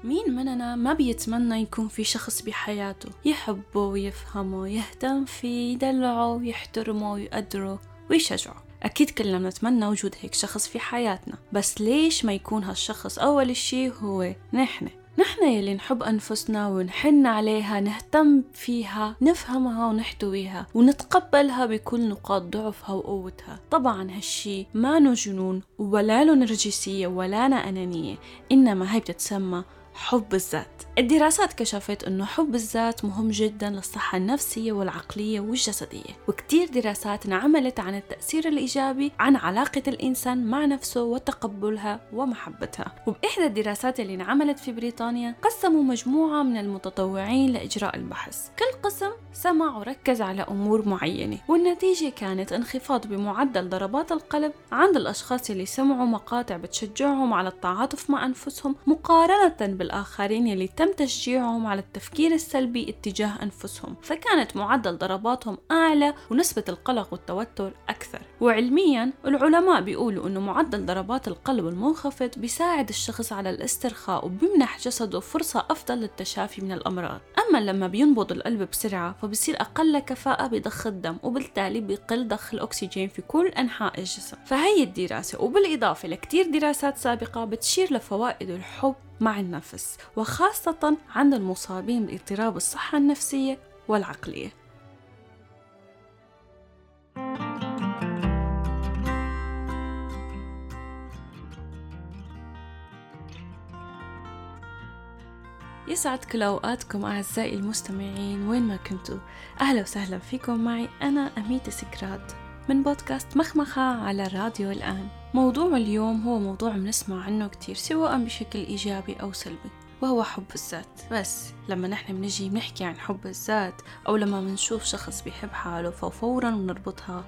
مين مننا ما بيتمنى يكون في شخص بحياته يحبه ويفهمه، يهتم فيه، يدلعه ويحترمه ويقدره ويشجعه؟ أكيد كلنا بنتمنى وجود هيك شخص في حياتنا، بس ليش ما يكون هالشخص أول شيء هو نحن يلي نحب أنفسنا ونحن عليها، نهتم فيها، نفهمها ونحتويها ونتقبلها بكل نقاط ضعفها وقوتها. طبعا هالشي ما له جنون ولا له نرجسية ولا أنانية، إنما هي بتتسمى حب الذات. الدراسات كشفت أنه حب الذات مهم جدا للصحة النفسية والعقلية والجسدية، وكتير دراسات انعملت عن التأثير الإيجابي عن علاقة الإنسان مع نفسه وتقبلها ومحبتها. وبإحدى الدراسات اللي انعملت في بريطانيا قسموا مجموعة من المتطوعين لإجراء البحث، كل قسم سمع وركز على أمور معينة، والنتيجة كانت انخفاض بمعدل ضربات القلب عند الأشخاص اللي سمعوا مقاطع بتشجعهم على التعاطف مع أنفسهم مقارنة بالآخرين اللي تم تشجيعهم على التفكير السلبي اتجاه أنفسهم، فكانت معدل ضرباتهم أعلى ونسبة القلق والتوتر أكثر. وعلميا العلماء بيقولوا أنه معدل ضربات القلب المنخفض بيساعد الشخص على الاسترخاء وبيمنح جسده فرصة أفضل للتشافي من الأمراض. أما لما بينبض القلب بسرعة فبصير أقل كفاءة بضخ الدم، وبالتالي بيقل ضخ الأكسجين في كل أنحاء الجسم. فهي الدراسة وبالإضافة لكتير دراسات سابقة بتشير لفوائد الحب مع النفس، وخاصة عند المصابين باضطراب الصحة النفسية والعقلية. يسعد كل أوقاتكم أعزائي المستمعين وين ما كنتوا، أهلا وسهلا فيكم معي أنا أميتة سكرات من بودكاست مخمخة على راديو الآن. موضوع اليوم هو موضوع بنسمع عنه كتير سواء بشكل إيجابي أو سلبي، وهو حب الذات. بس لما نحن بنجي بنحكي عن حب الذات أو لما منشوف شخص بيحب حاله ففورا بنربطها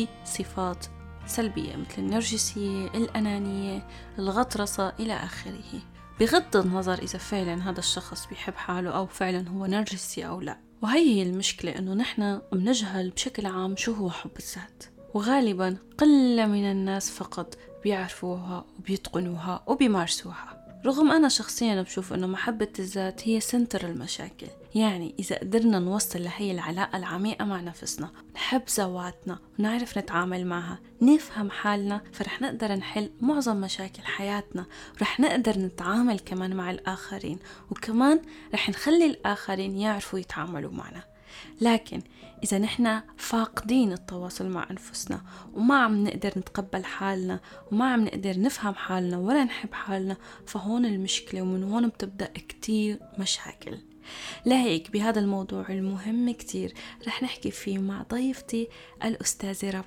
بصفات سلبية مثل النرجسية، الأنانية، الغطرسة إلى آخره، بغض النظر إذا فعلا هذا الشخص بيحب حاله أو فعلا هو نرجسي أو لا. وهي المشكلة، إنه نحن بنجهل بشكل عام شو هو حب الذات، وغالبا قل من الناس فقط بيعرفوها وبيتقنوها وبيمارسوها. رغم أنا شخصيا بشوف إنه محبة الذات هي سنتر المشاكل. يعني إذا قدرنا نوصل لهي العلاقة العميقة مع نفسنا، نحب ذواتنا ونعرف نتعامل معها، نفهم حالنا، فرح نقدر نحل معظم مشاكل حياتنا، ورح نقدر نتعامل كمان مع الآخرين، وكمان رح نخلي الآخرين يعرفوا يتعاملوا معنا. لكن إذا نحن فاقدين التواصل مع أنفسنا وما عم نقدر نتقبل حالنا وما عم نقدر نفهم حالنا ولا نحب حالنا، فهون المشكلة، ومن هون بتبدأ كتير مشاكل. لهيك بهذا الموضوع المهم كتير رح نحكي فيه مع ضيفتي الأستاذة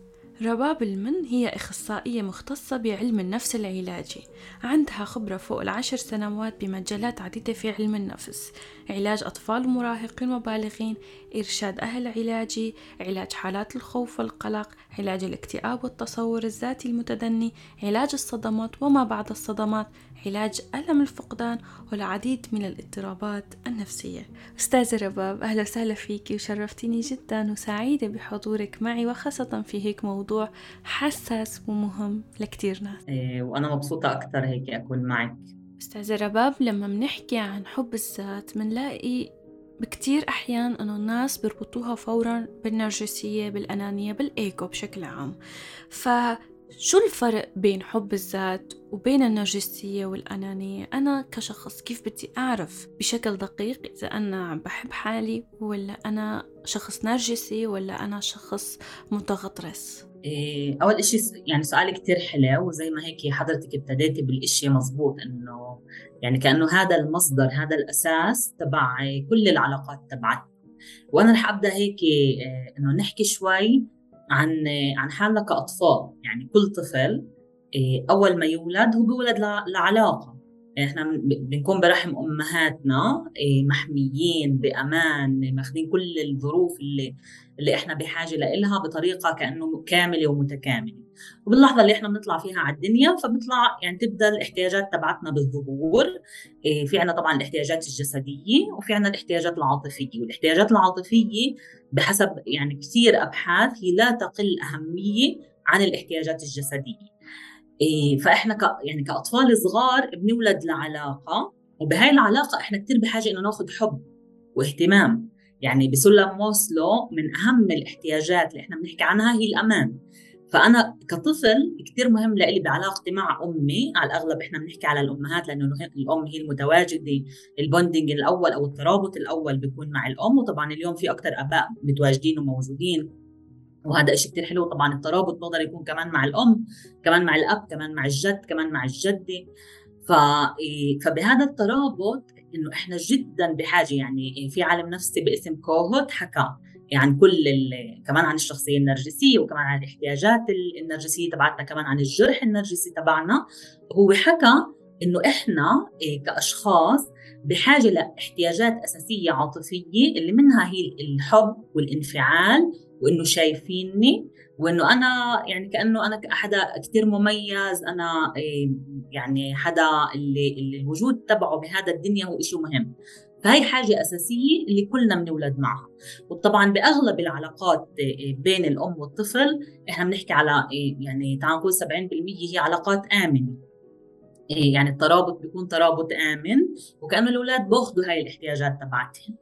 رباب المن. هي أخصائية مختصة بعلم النفس العلاجي، عندها خبرة فوق 10 سنوات بمجالات عديدة في علم النفس: علاج أطفال ومراهقين وبالغين، إرشاد أهل علاجي، علاج حالات الخوف والقلق، علاج الاكتئاب والتصور الذاتي المتدني، علاج الصدمات وما بعد الصدمات، علاج ألم الفقدان، والعديد من الاضطرابات النفسية. أستاذة رباب، أهلا وسهلا فيكي وشرفتيني جدا وسعيدة بحضورك معي، وخاصة في هيك موضوع حساس ومهم لكتير ناس. وأنا مبسوطة أكتر هيك أكون معك. أستاذة رباب، لما منحكي عن حب الذات منلاقي بكتير أحيان أنه الناس بيربطوها فورا بالنرجسية، بالأنانية، بالإيجو بشكل عام. فشو الفرق بين حب الذات وبين النرجسية والأنانية؟ أنا كشخص كيف بدي أعرف بشكل دقيق إذا أنا عم بحب حالي ولا أنا شخص نرجسي ولا أنا شخص متغطرس؟ أول إشي يعني سؤال كتير حلو، وزي ما هيك حضرتك ابتديتي بالإشي مزبوط، إنه يعني كأنه هذا المصدر، هذا الأساس تبع كل العلاقات تبعتنا. وأنا رح أبدأ هيك إنه نحكي شوي عن حالنا كأطفال. يعني كل طفل أول ما يولد هو بيولد لعلاقة. إحنا بنكون برحم أمهاتنا محميين بأمان، ماخذين كل الظروف اللي إحنا بحاجة لإلها بطريقة كأنه كاملة ومتكاملة. وباللحظة اللي إحنا بنطلع فيها على الدنيا فبنطلع يعني تبدأ الاحتياجات تبعتنا بالظهور. في عنا طبعا الاحتياجات الجسدية وفي عنا الاحتياجات العاطفية. والاحتياجات العاطفية بحسب يعني كثير أبحاث هي لا تقل أهمية عن الاحتياجات الجسدية. فإحنا يعني كأطفال صغار بنولد لعلاقة، وبهاي العلاقة إحنا كتير بحاجة إنه ناخد حب واهتمام. يعني بسلم ماسلو من أهم الاحتياجات اللي إحنا بنحكي عنها هي الأمان. فأنا كطفل كتير مهم لإلي بعلاقتي مع أمي، على الأغلب إحنا بنحكي على الأمهات لأنه الأم هي المتواجدة، البوندينج الأول أو الترابط الأول بيكون مع الأم. وطبعا اليوم في أكتر آباء متواجدين وموجودين، وهذا إشي كتير حلو. طبعا الترابط بقدر يكون كمان مع الأم، كمان مع الأب، كمان مع الجد، كمان مع الجدة. فبهذا الترابط إنه إحنا جدا بحاجة. يعني في عالم نفسي باسم كوهوت حكى عن كمان عن الشخصية النرجسية، وكمان عن الاحتياجات النرجسية تبعتنا، كمان عن الجرح النرجسي تبعنا. هو حكى إنه إحنا كأشخاص بحاجة لاحتياجات أساسية عاطفية، اللي منها هي الحب والانفعال، وإنه شايفيني، وإنه أنا يعني كأنه أنا حدا كتير مميز، أنا يعني حدا اللي الوجود تبعه بهذا الدنيا هو إشي مهم. فهي حاجة أساسية اللي كلنا بنولد معها. وطبعا بأغلب العلاقات بين الأم والطفل إحنا بنحكي على يعني تعال نقول 70% هي علاقات آمنة. يعني الترابط بيكون ترابط آمن، وكأنه الأولاد بياخذوا هاي الاحتياجات تبعتهم.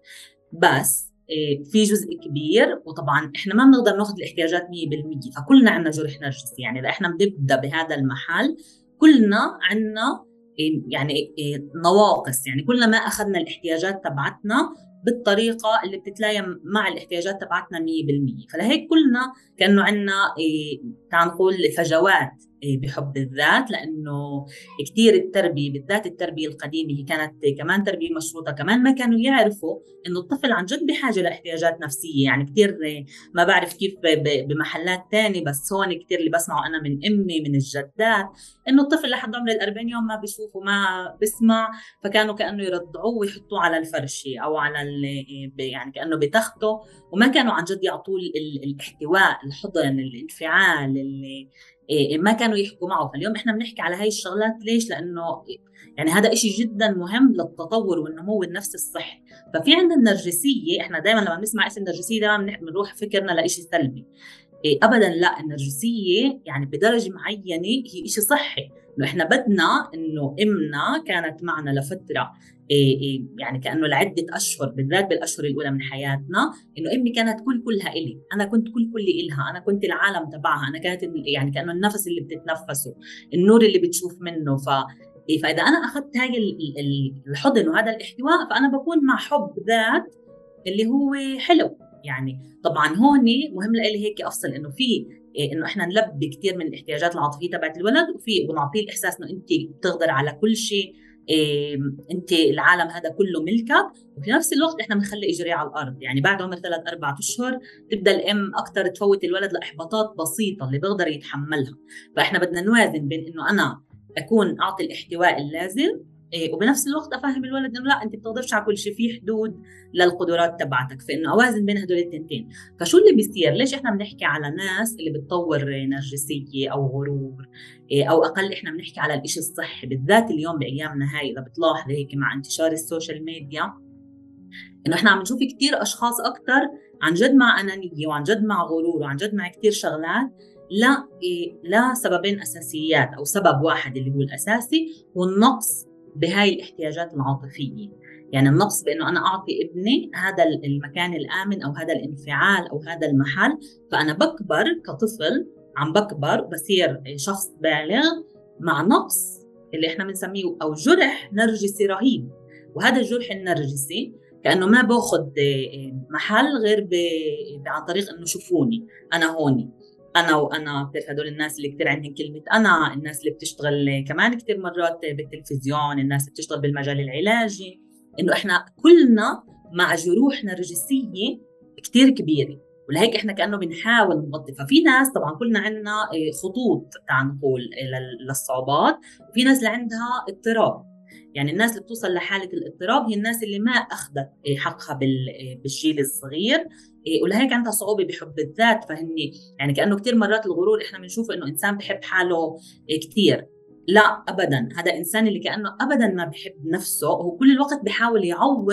بس في جزء كبير، وطبعا احنا ما بنقدر ناخذ الاحتياجات 100%، فكلنا عندنا جرح نرجسي. يعني اذا احنا بنبدا بهذا المحل كلنا عندنا يعني نواقص. يعني كلنا ما اخذنا الاحتياجات تبعتنا بالطريقه اللي بتتلايم مع الاحتياجات تبعتنا 100%. فلهيك كلنا كانه عندنا تعال نقول فجوات بحب الذات، لانه كثير التربيه، بالذات التربيه القديمه، هي كانت كمان تربيه مشروطه. كمان ما كانوا يعرفوا انه الطفل عن جد بحاجه لاحتياجات نفسيه. يعني كثير ما بعرف كيف بمحلات تانية، بس هون كثير اللي بسمعه انا من امي من الجدات، انه الطفل لحد عمر ال40 يوم ما بيشوف وما بسمع، فكانوا كانه يرضعوه ويحطوه على الفرشه او على يعني كانه بتخته، وما كانوا عن جد يعطوه الاحتواء، الحضن، الانفعال اللي ما كانوا يحكوا معه. فاليوم احنا بنحكي على هاي الشغلات. ليش؟ لانه يعني هذا إشي جدا مهم للتطور والنمو النفسي الصحي. ففي عندنا النرجسية، احنا دائما لما بنسمع اسم النرجسية دائما بنروح فكرنا لإشي سلبي. ابدا لا، النرجسيه يعني بدرجه معينه هي شيء صحي. انه احنا بدنا انه امنا كانت معنا لفتره، يعني كانه لعده اشهر، بالذات بالاشهر الاولى من حياتنا، انه امي كانت كلها الي، انا كنت كل الها، انا كنت العالم تبعها، انا كانت يعني كانه النفس اللي بتتنفسه، النور اللي بتشوف منه. فاذا انا اخذت هاي الحضن وهذا الاحتواء، فانا بكون مع حب ذات اللي هو حلو. يعني طبعا هون مهم لي هيك افصل انه في انه احنا نلبي كثير من الاحتياجات العاطفيه تبعت الولد، ونعطيه الاحساس انه انت بتقدر على كل شيء، انت العالم هذا كله ملكك. وفي نفس الوقت احنا بنخلي اجري على الارض. يعني بعد عمر 3-4 اشهر تبدا الام اكثر تفوت الولد لاحباطات بسيطه اللي بيقدر يتحملها. فاحنا بدنا نوازن بين انه انا اكون اعطي الاحتواء اللازم، وبنفس الوقت افهم الولد انه لا، انت بتقدرش على كل شيء، في حدود للقدرات تبعتك. فانه اوازن بين هدول التنتين. فشو اللي بيصير؟ ليش احنا بنحكي على ناس اللي بتطور نرجسيه او غرور، او اقل احنا بنحكي على الإشي الصحي، بالذات اليوم بايامنا هاي. اذا بتلاحظ هيك مع انتشار السوشيال ميديا، انه احنا عم نشوف كثير اشخاص اكثر عن جد مع انانيه، وعن جد مع غرور، وعن جد مع كثير شغلات لا سببين اساسيات، او سبب واحد اللي هو الاساسي هو النقص بهاي الاحتياجات العاطفيه. يعني النقص بانه انا اعطي ابني هذا المكان الامن، او هذا الانفعال، او هذا المحل. فانا بكبر كطفل، عم بكبر وبصير شخص بالغ مع نقص اللي احنا بنسميه او جرح نرجسي رهيب. وهذا الجرح النرجسي كأنه ما باخذ محل غير عن طريق إنه شوفوني أنا هوني، أنا وأنا. بتعرف هدول الناس اللي كتير عندهم كلمة أنا، الناس اللي بتشتغل كمان كتير مرات بالتلفزيون، الناس اللي بتشتغل بالمجال العلاجي. إنه إحنا كلنا مع جروح نرجسية كتير كبيرة، ولهيك إحنا كأنه بنحاول نغطي. ففي ناس، طبعا كلنا عندنا خطوط تعال نقول للصعوبات، وفي ناس اللي عندها اضطراب. يعني الناس اللي بتوصل لحالة الاضطراب هي الناس اللي ما أخذت حقها بالجيل الصغير، ولهيك عندها صعوبة بحب الذات. فهني يعني كأنه كتير مرات الغرور إحنا بنشوف إنه إنسان بحب حاله كتير. لا أبدا، هذا إنسان اللي كأنه أبدا ما بحب نفسه، هو كل الوقت بحاول يعوض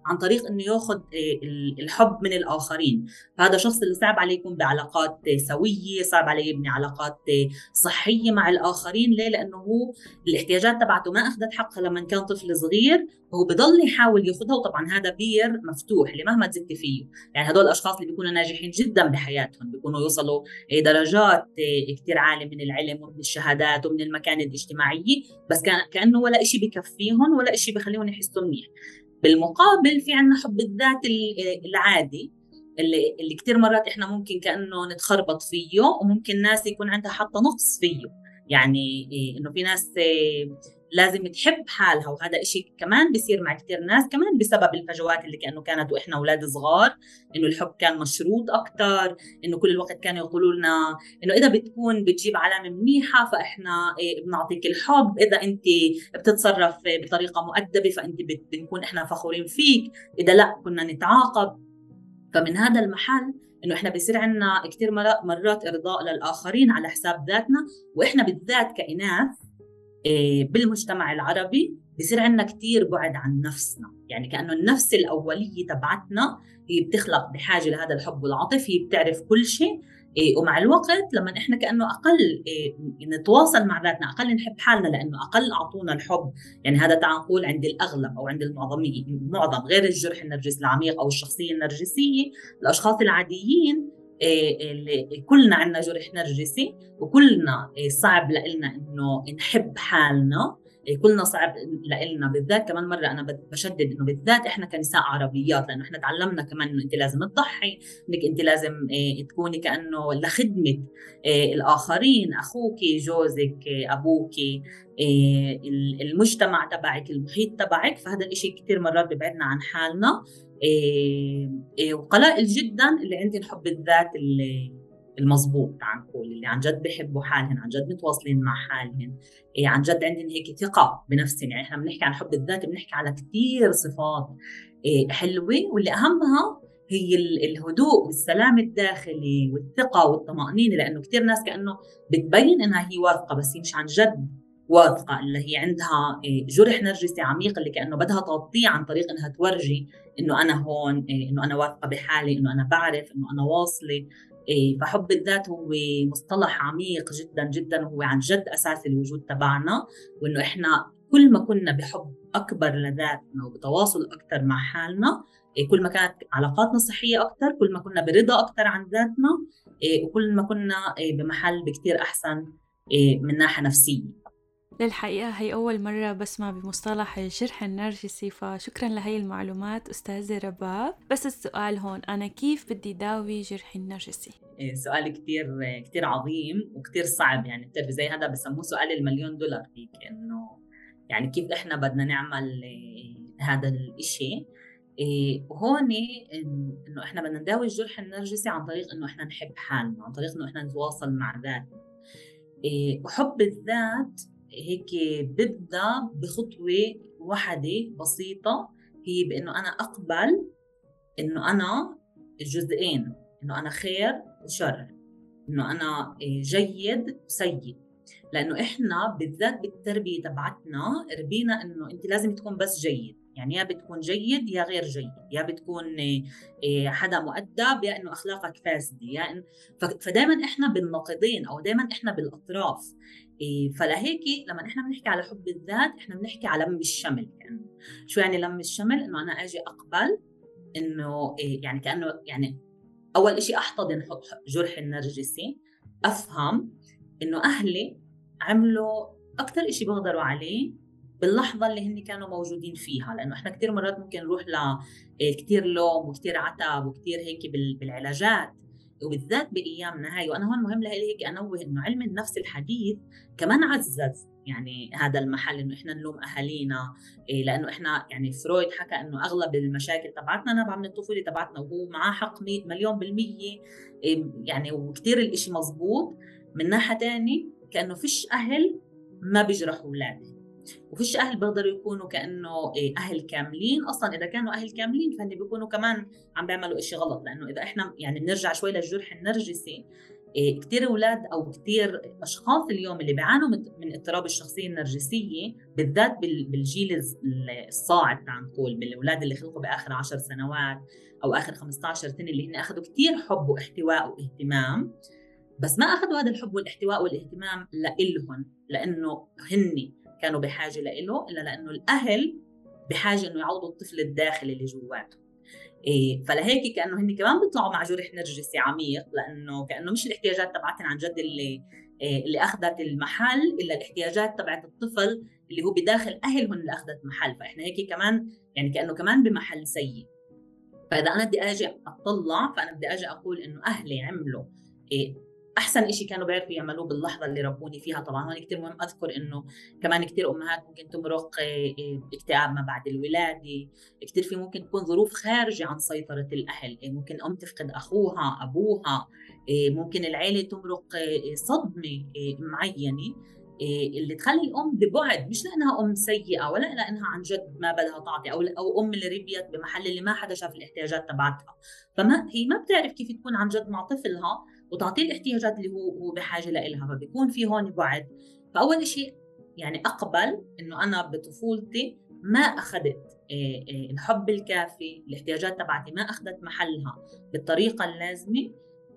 عن طريق انه ياخذ الحب من الاخرين. فهذا شخص اللي صعب عليه يكون بعلاقات سويه، صعب عليه يبني علاقات صحيه مع الاخرين. ليه؟ لانه هو الاحتياجات تبعته ما اخذت حقها لما كان طفل صغير، وهو بضل يحاول ياخذها. وطبعا هذا بير مفتوح اللي مهما تزدي فيه. يعني هدول الاشخاص اللي بيكونوا ناجحين جدا بحياتهم، بيكونوا يوصلوا درجات كثير عاليه من العلم ومن الشهادات ومن المكانه الاجتماعيه، بس كانه ولا شيء بكفيهم ولا شيء بخليهم يحسوا منيح. بالمقابل في عنا حب الذات العادي اللي كثير مرات احنا ممكن كأنه نتخربط فيه، وممكن ناس يكون عندها حتى نقص فيه. يعني انه في ناس لازم تحب حالها، وهذا إشي كمان بيصير مع كثير ناس كمان بسبب الفجوات اللي كأنه كانت وإحنا أولاد صغار، إنه الحب كان مشروط أكتر، إنه كل الوقت كانوا يقولوا لنا إنه إذا بتكون بتجيب علامة منيحة فإحنا بنعطيك الحب، إذا أنت بتتصرف بطريقة مؤدبة فأنت بنكون إحنا فخورين فيك، إذا لا كنا نتعاقب. فمن هذا المحل إنه إحنا بيصير عنا كثير مرات إرضاء للآخرين على حساب ذاتنا. وإحنا بالذات كإناث بالمجتمع العربي بيصير عندنا كتير بعد عن نفسنا. يعني كأنه النفس الأولية تبعتنا هي بتخلق بحاجة لهذا الحب والعطف، هي بتعرف كل شيء. ومع الوقت لما إحنا كأنه أقل نتواصل مع ذاتنا، أقل نحب حالنا لأنه أقل أعطونا الحب. يعني هذا تعال نقول عند الأغلب أو عند المعظم، غير الجرح النرجسي العميق أو الشخصية النرجسية، الأشخاص العاديين اللي كلنا عندنا جرح نرجسي، وكلنا صعب لنا إنه نحب حالنا. كلنا صعب لنا بالذات. كمان مرة أنا بشدد إنه بالذات إحنا كنساء عربيات، لأنه إحنا تعلمنا كمان إنه أنت لازم تضحي، إنك أنت لازم تكوني كأنه لخدمة الآخرين، أخوك، جوزك، أبوك، المجتمع تبعك، المحيط تبعك. فهذا الإشي كتير مرات ببعدنا عن حالنا. وقلائل جدا اللي عندهم حب الذات المضبوط، عن نقول اللي عن جد بيحبوا حالهم، عن جد متواصلين مع حالهم، عن جد عندهم هيك ثقة بنفسهم. يعني احنا بنحكي عن حب الذات بنحكي على كثير صفات حلوة، واللي أهمها هي الهدوء والسلام الداخلي والثقة والطمأنينة. لأنه كثير ناس كأنه بتبين إنها هي واثقة بس هي مش عن جد واثقة، اللي هي عندها جرح نرجسي عميق اللي كأنه بدها تغطيه عن طريق إنها تورجي إنه أنا هون، إنه أنا واثقة بحالي، إنه أنا بعرف، إنه أنا واصلة. فحب الذات هو مصطلح عميق جدا جدا، وهو عن جد أساس الوجود تبعنا. وإنه إحنا كل ما كنا بحب أكبر لذاتنا وبتواصل أكتر مع حالنا، كل ما كانت علاقاتنا صحية أكتر، كل ما كنا برضا أكتر عن ذاتنا، وكل ما كنا بمحل بكتير أحسن من ناحية نفسية. للحقيقة هي أول مرة بسمع بمصطلح الجرح النرجسي، فشكرا لهي المعلومات أستاذة رباب. بس السؤال هون، أنا كيف بدي داوي جرحي النرجسي؟ سؤال كتير عظيم وكتير صعب. يعني بتعرفي زي هذا بسموه سؤال $1,000,000 هيك، إنه يعني كيف إحنا بدنا نعمل هذا الإشي. وهون إنه إحنا بدنا نداوي الجرح النرجسي عن طريق إنه إحنا نحب حالنا، عن طريق إنه إحنا نتواصل مع ذاتنا. وحب الذات هيك ببدأ بخطوة واحدة بسيطة، هي بإنه أنا أقبل إنه أنا جزئين، إنه أنا خير وشر، إنه أنا جيد وسيء. لأنه إحنا بالذات بالتربية تبعتنا ربينا إنه أنت لازم تكون بس جيد. يعني يا بتكون جيد يا غير جيد، يا بتكون حدا مؤدب يا إنه أخلاقك فاسدة، يا إن فدايما إحنا بالنقيضين أو دايما إحنا بالأطراف. فلهيك لما إحنا بنحكي على حب الذات إحنا بنحكي على لم الشمل. يعني شو يعني لم الشمل؟ إنه أنا أجي أقبل إنه يعني كأنه يعني أول إشي أحتضن جرح النرجسي، أفهم إنه أهلي عملوا أكتر إشي بقدروا عليه باللحظة اللي هن كانوا موجودين فيها. لأنه إحنا كتير مرات ممكن نروح لكتير لوم وكتير عتب وكتير هيك بالعلاجات، وبالذات بأيامنا هاي. وأنا هون مهم لهي هيك أنوه إنه علم النفس الحديث كمان عزز يعني هذا المحل، إنه إحنا نلوم أهالينا. لأنه إحنا يعني فرويد حكى إنه أغلب المشاكل تبعتنا نابعة من الطفولة تبعتنا، وهو معاه حق 100,000,000%. يعني وكتير الإشي مزبوط. من ناحية تاني كأنه فيش أهل ما بيجرحوا أولادهم، وفيش أهل بيقدروا يكونوا كأنه أهل كاملين. أصلاً إذا كانوا أهل كاملين فهن بيكونوا كمان عم بيعملوا إشي غلط. لأنه إذا إحنا يعني بنرجع شوي للجرح النرجسي، كتير أولاد أو كتير أشخاص اليوم اللي بيعانوا من اضطراب الشخصية النرجسية، بالذات بالجيل الصاعد، تعال نقول بالأولاد اللي خلقوا بآخر 10 سنوات أو آخر 15 سنة، اللي هن أخذوا كتير حب واحتواء واهتمام، بس ما أخذوا هذا الحب والاحتواء والاهتمام لإلهم لأنه هن كانوا بحاجة لإله، إلا لأنه الأهل بحاجة إنه يعوضوا الطفل الداخلي اللي جواته. فلهيك كأنه هن كمان بيطلعوا مع جرح نرجسي عميق، لأنه كأنه مش الاحتياجات تبعتهم عن جد اللي أخذت المحل، إلا الاحتياجات تبعت الطفل اللي هو بداخل أهلهم اللي أخذت محل. فإحنا هيك كمان يعني كأنه كمان بمحل سيء. فإذا أنا بدي أجي أطلع، فأنا بدي أجي أقول إنه أهلي عملوا أحسن إشي كانوا بيعرفوا يعملوه باللحظة اللي ربوني فيها. طبعاً هون كتير مهم أذكر إنه كمان كتير أمهات ممكن تمرق اكتئاب ما بعد الولادة، كتير في ممكن تكون ظروف خارجة عن سيطرة الأهل، ممكن أم تفقد أخوها أبوها، ممكن العيلة تمرق صدمة معينة اللي تخلي الأم ببعد، مش لأنها أم سيئة ولا لأنها عن جد ما بدها تعطي، أو أم اللي ربيت بمحل اللي ما حدا شاف الاحتياجات تبعتها، هي ما بتعرف كيف تكون عن جد مع طفلها وتعطيه الاحتياجات اللي هو بحاجة لإلها، فبيكون في هون بعد. فأول شيء يعني أقبل إنه أنا بطفولتي ما أخذت الحب الكافي، الاحتياجات تبعتي ما أخذت محلها بالطريقة اللازمة،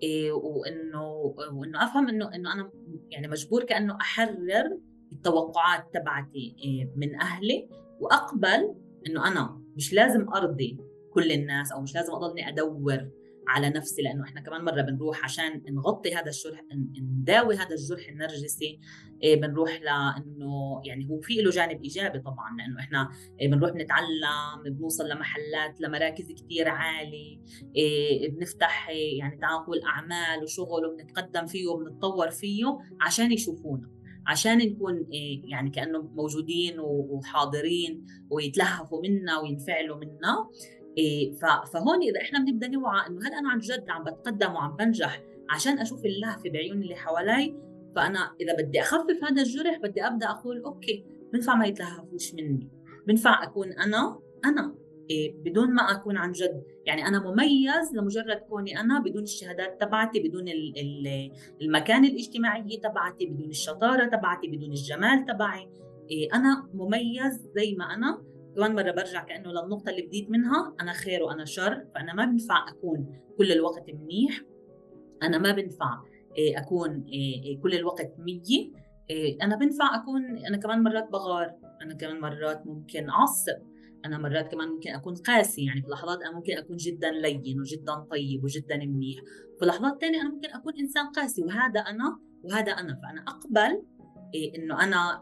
وإنه أفهم إنه أنا يعني مجبور كأنه أحرر التوقعات تبعتي من أهلي، وأقبل إنه أنا مش لازم أرضي كل الناس، أو مش لازم أضلني أدور على نفسي، لأنه إحنا كمان مرة بنروح عشان نغطي هذا الجرح، نداوي هذا الجرح النرجسي، بنروح لأنه يعني هو في له جانب إيجابي طبعاً، لأنه إحنا بنروح نتعلم، بنوصل لمحلات لمراكز كتير عالي، بنفتح يعني تعال نقول أعمال وشغل وبنتقدم فيه وبنتطور فيه عشان يشوفونا، عشان نكون يعني كأنه موجودين وحاضرين ويتلهفوا منا وينفعلوا منا. فهون إذا إحنا بنبدأ نوعى إنه هل أنا عن جد عم بتقدم وعم بنجح عشان أشوف اللهفة بعيون اللي حوالي، فأنا إذا بدي أخفف هذا الجرح بدي أبدأ أقول أوكي، بنفع ما يتلهفوش مني، بنفع أكون أنا بدون ما أكون عن جد يعني أنا مميز لمجرد كوني أنا، بدون الشهادات تبعتي، بدون المكانة الاجتماعية تبعتي، بدون الشطارة تبعتي، بدون الجمال تبعي، أنا مميز زي ما أنا. كمان مرة برجع كأنه للنقطة اللي بديت منها، أنا خير وأنا شر، فأنا ما بنفع أكون كل الوقت منيح، أنا ما بنفع أكون كل الوقت 100، أنا بنفع أكون، أنا كمان مرات بغار، أنا كمان مرات ممكن أعصب، أنا مرات كمان ممكن أكون قاسي، يعني في لحظات أنا ممكن أكون جدا لين وجدا طيب وجدا منيح، في لحظات تانية أنا ممكن أكون إنسان قاسي، وهذا أنا وهذا أنا. فأنا أقبل إنه أنا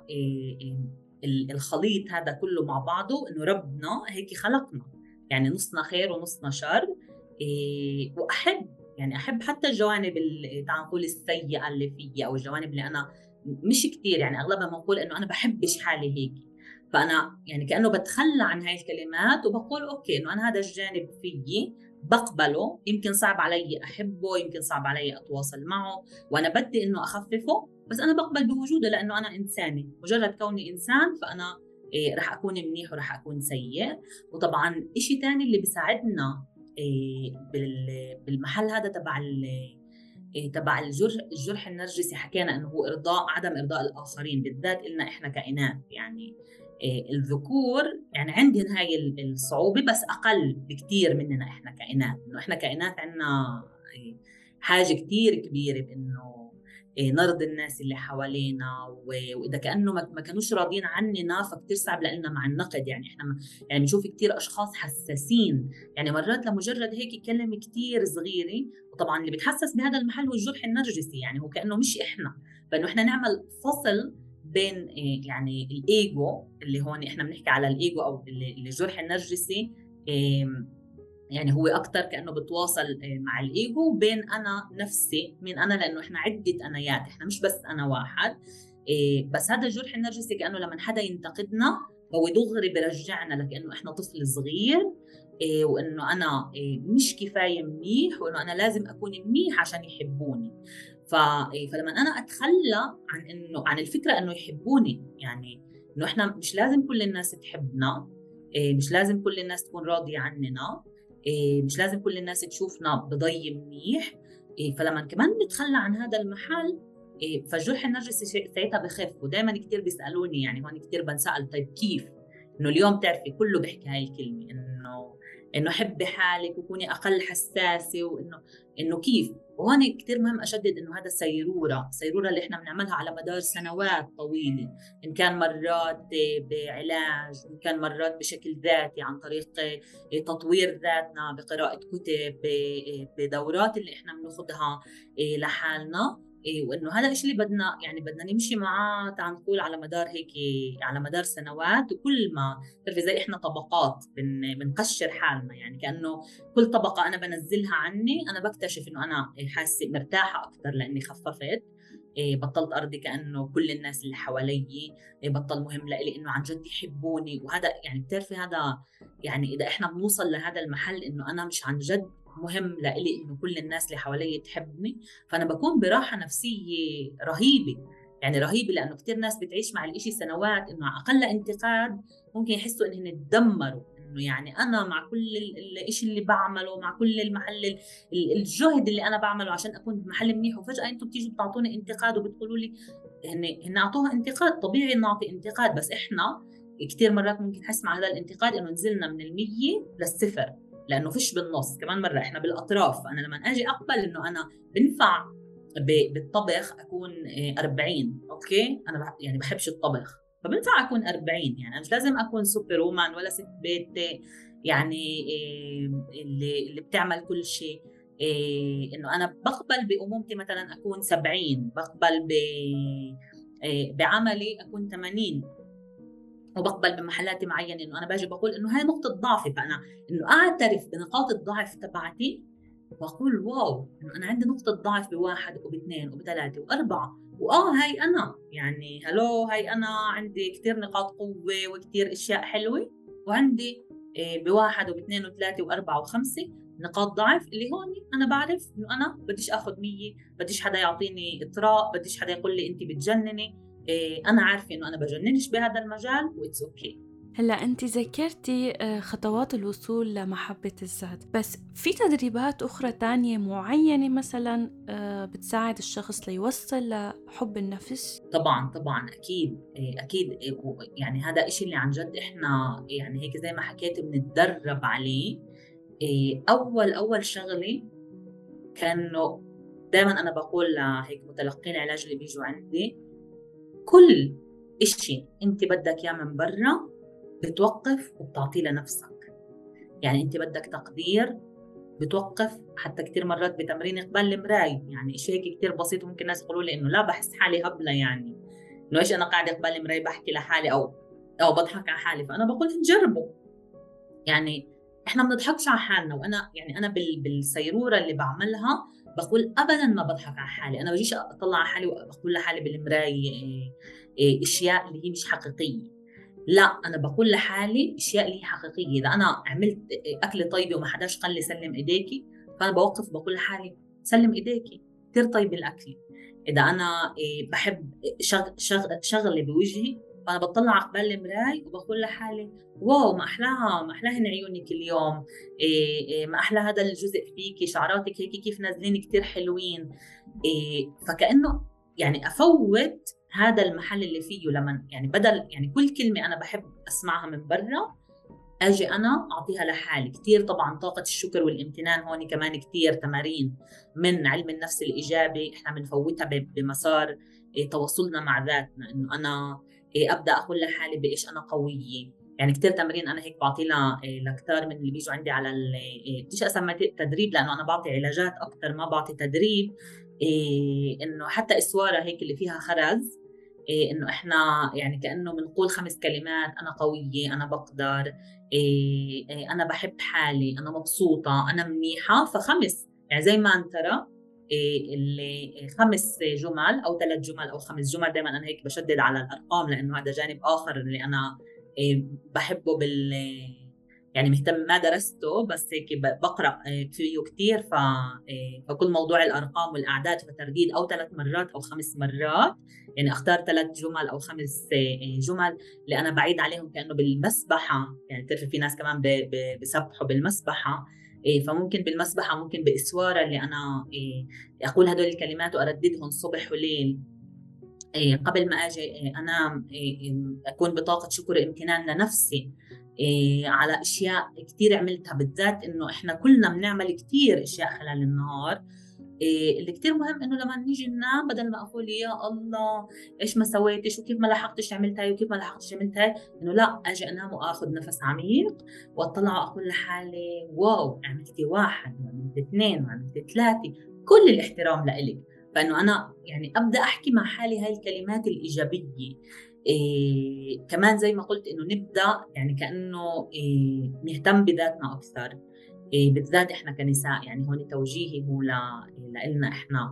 الخليط هذا كله مع بعضه، إنه ربنا هيك خلقنا، يعني نصنا خير ونصنا شر، وأحب يعني أحب حتى الجوانب اللي تعال نقول السيئة اللي فيي، أو الجوانب اللي أنا مش كتير يعني أغلبها بنقول إنه أنا بحبش حالي هيك، فأنا يعني كأنه بتخلى عن هاي الكلمات وبقول أوكي إنه أنا هذا الجانب فيي بقبله، يمكن صعب علي أحبه، يمكن صعب علي أتواصل معه، وأنا بدي إنه أخففه، بس أنا بقبل بوجوده لأنه أنا إنساني، مجرد كوني إنسان فأنا رح أكون منيح ورح أكون سيء. وطبعا إشي تاني اللي بيساعدنا بالمحل هذا تبع الجرح النرجسي، حكينا انه هو عدم ارضاء الاخرين، بالذات لنا احنا كائنات يعني الذكور يعني عندهم هاي الصعوبه، بس اقل بكثير مننا احنا كائنات، انه احنا كائنات عندنا حاجه كثير كبيره بانه نرضي الناس اللي حوالينا، واذا كانه ما كانوش راضيين عننا فكتير صعب لنا مع النقد، يعني احنا يعني بنشوف كثير اشخاص حساسين، يعني مرات لمجرد هيك كلمه كثير صغيره، وطبعا اللي بيتحسس بهذا المحل هو الجرح النرجسي، يعني هو كانه مش احنا، فانه احنا نعمل فصل بين يعني الايجو اللي هون احنا بنحكي على الايجو او الجرح النرجسي، يعني هو أكتر كأنه بتواصل مع الإيجو، بين أنا نفسي مين أنا، لأنه إحنا عدة أنايات، إحنا مش بس أنا واحد. بس هذا الجرح النرجسي كأنه لما حدا ينتقدنا هو دغري برجعنا لكأنه إحنا طفل صغير، وإنه أنا مش كفاية منيح، وإنه أنا لازم أكون منيح عشان يحبوني. فلما أنا أتخلى عن الفكرة إنه يحبوني، يعني إنه إحنا مش لازم كل الناس تحبنا، مش لازم كل الناس تكون راضية عننا، مش لازم كل الناس تشوفنا بضي منيح، فلما كمان نتخلى عن هذا المحل فالجرح النرجسي ساعتها بخف. ودائما كتير بيسألوني، يعني هون كتير بنسأل طيب كيف؟ إنه اليوم تعرفي كله بيحكي هاي الكلمة، إنه حبي حالك وكوني أقل حساسة، إنه كيف. وهون كتير مهم أشدد إنه هذا سيرورة اللي إحنا بنعملها على مدار سنوات طويلة، إن كان مرات بعلاج، إن كان مرات بشكل ذاتي عن طريق تطوير ذاتنا بقراءة كتب، بدورات اللي إحنا بناخدها لحالنا. وإنه هذا الشيء اللي بدنا نمشي معاه، تعال نقول على مدار هيك، على مدار سنوات. وكل ما بتعرفي زي إحنا طبقات بنقشر حالنا، يعني كأنه كل طبقة أنا بنزلها عني أنا بكتشف إنه أنا حاسة مرتاحة أكتر لأني خففت. بطلت أرضي كأنه كل الناس اللي حوالي، بطل مهم لإلي إنه عن جد يحبوني. وهذا يعني بتعرفي هذا، يعني إذا إحنا بنوصل لهذا المحل إنه أنا مش عن جد مهم لإلي إنه كل الناس اللي حوالي تحبني، فأنا بكون براحة نفسية رهيبة، يعني رهيبة. لأنه كتير ناس بتعيش مع الإشي سنوات، إنه أقل انتقاد ممكن يحسوا إنهم يتدمروا، إنه يعني أنا مع كل الإشي اللي بعمله، مع كل المحل الجهد اللي أنا بعمله عشان أكون بمحل منيح، وفجأة أنتم بتيجوا بتعطوني انتقاد وبتقولوا لي هن أعطوها انتقاد. طبيعي نعطي انتقاد، بس إحنا كتير مرات ممكن نحس مع هذا الانتقاد إنه نزلنا من 100 للصفر، لأنه فيش بالنص. كمان مرة إحنا بالأطراف. أنا لما أجي أقبل إنه أنا بنفع بالطبخ أكون 40، أوكي، أنا يعني بحبش الطبخ فبنفع أكون 40. يعني أنا مش لازم أكون سوبر وومن ولا ست بيت يعني اللي بتعمل كل شيء. إنه أنا بقبل بأمومتي مثلا أكون 70، بقبل بعملي أكون 80، وبقبل بمحلات معينة إنه أنا باجي بقول إنه هاي نقطة ضعفي، فأنا إنه أعترف بنقاط الضعف تبعتي، بقول واو إنه أنا عندي نقطة ضعف بواحد وباثنين وبثلاثة وأربعة، هاي أنا، يعني هلو هاي أنا عندي كتير نقاط قوة وكتير أشياء حلوة، وعندي بواحد وباثنين وثلاثة وأربعة وخمسة نقاط ضعف اللي هون أنا بعرف إنه أنا بديش أخذ 100، بديش حدا يعطيني إطراء، بديش حدا يقول لي أنت بتجنني. أنا عارفة إنه أنا بجننش بهذا المجال وإتس أوكي. هلا أنت ذكرتي خطوات الوصول لمحبة الذات، بس في تدريبات أخرى تانية معينة مثلا بتساعد الشخص ليوصل لحب النفس؟ طبعا أكيد أكيد. يعني هذا إشي اللي عن جد إحنا يعني هيك زي ما حكيت بنتدرب عليه. أول شغلة كانوا دائما أنا بقول لهيك متلقين العلاج اللي بيجوا عندي، كل إشي أنت بدك إياه من برا بتوقف وبتعطيه لنفسك. يعني أنت بدك تقدير، بتوقف حتى كتير مرات بتمرين قبال المراي، يعني إشي هيك كتير بسيط. ممكن ناس يقولوا لي إنه لا بحس حالي هبلة، يعني إنه إيش أنا قاعدة قبال المراي بحكي لحالي أو بضحك على حالي. فأنا بقول نجربه، يعني إحنا ما بنضحكش على حالنا. وأنا يعني أنا بالسيرورة اللي بعملها بقول أبداً ما بضحك على حالي. أنا بجيش أطلع على حالي وأقول لحالي بالمراي أشياء اللي هي مش حقيقية. لا، أنا بقول لحالي أشياء اللي هي حقيقية. إذا أنا عملت أكلة طيبة وما حداش قال لي سلم إيديكي، فأنا بوقف بقول لحالي سلم إيديكي، كتير طيب الأكل. إذا أنا بحب شغلة بوجهي، فأنا بطلع على قبال المراي وبقول لحالي واو ما أحلاها، ما أحلاهن عيونك اليوم، ما أحلى هذا الجزء فيكي، شعراتك هيك كيف نازلين كتير حلوين. فكأنه يعني أفوت هذا المحل اللي فيه لما يعني بدل يعني كل كلمة أنا بحب أسمعها من برا أجي أنا أعطيها لحالي. كتير طبعا طاقة الشكر والامتنان هون كمان كتير تمارين من علم النفس الإيجابي إحنا بنفوتها بمسار تواصلنا مع ذاتنا، إنه أنا أبدأ أقول لحالي بإيش أنا قوية. يعني كتير تمرين أنا هيك بعطيها لكتار من اللي بيجوا عندي على بديش أسمى تدريب لأنه أنا بعطي علاجات أكتر ما بعطي تدريب. إنه حتى إسوارة هيك اللي فيها خرز، إنه إحنا يعني كأنه بنقول 5 كلمات: أنا قوية، أنا بقدر، أنا بحب حالي، أنا مبسوطة، أنا منيحة. فخمس يعني زي ما أنت ترى اللي 5 جمل أو 3 جمل أو 5 جمل. دائما أنا هيك بشدد على الأرقام لأنه هذا جانب آخر اللي أنا بحبه يعني مهتم ما درسته بس هيك بقرأ فيه كتير. فكل موضوع الأرقام والأعداد فترديد أو 3 مرات أو 5 مرات، يعني أختار 3 جمل أو 5 جمل اللي أنا بعيد عليهم كأنه بالمسبحة. يعني تعرفي في ناس كمان بسبحوا بالمسبحة، فممكن بالمسبحة، ممكن بإسوارة اللي أنا أقول هدول الكلمات وأرددهم صبح وليل قبل ما أجي أنام. أكون بطاقة شكر امتنان لنفسي على أشياء كتير عملتها، بالذات إنه إحنا كلنا بنعمل كتير أشياء خلال النهار. اللي كتير مهم إنه لما نيجي ننام بدل ما أقول يا الله إيش ما سويتش وكيف ما لحقتش عملت هاي وكيف ما لحقتش عملت هاي، إنه لا، أجي أنام وأخذ نفس عميق وأطلع وأقول لحالي واو عملتي 1 وعملت 2 وعملت 3، كل الاحترام لإلك. فإنه أنا يعني أبدأ أحكي مع حالي هاي الكلمات الإيجابية. كمان زي ما قلت إنه نبدأ يعني كأنه نهتم بذاتنا أكثر. بالذات إحنا كنساء، يعني هون توجيهي هو لنا إحنا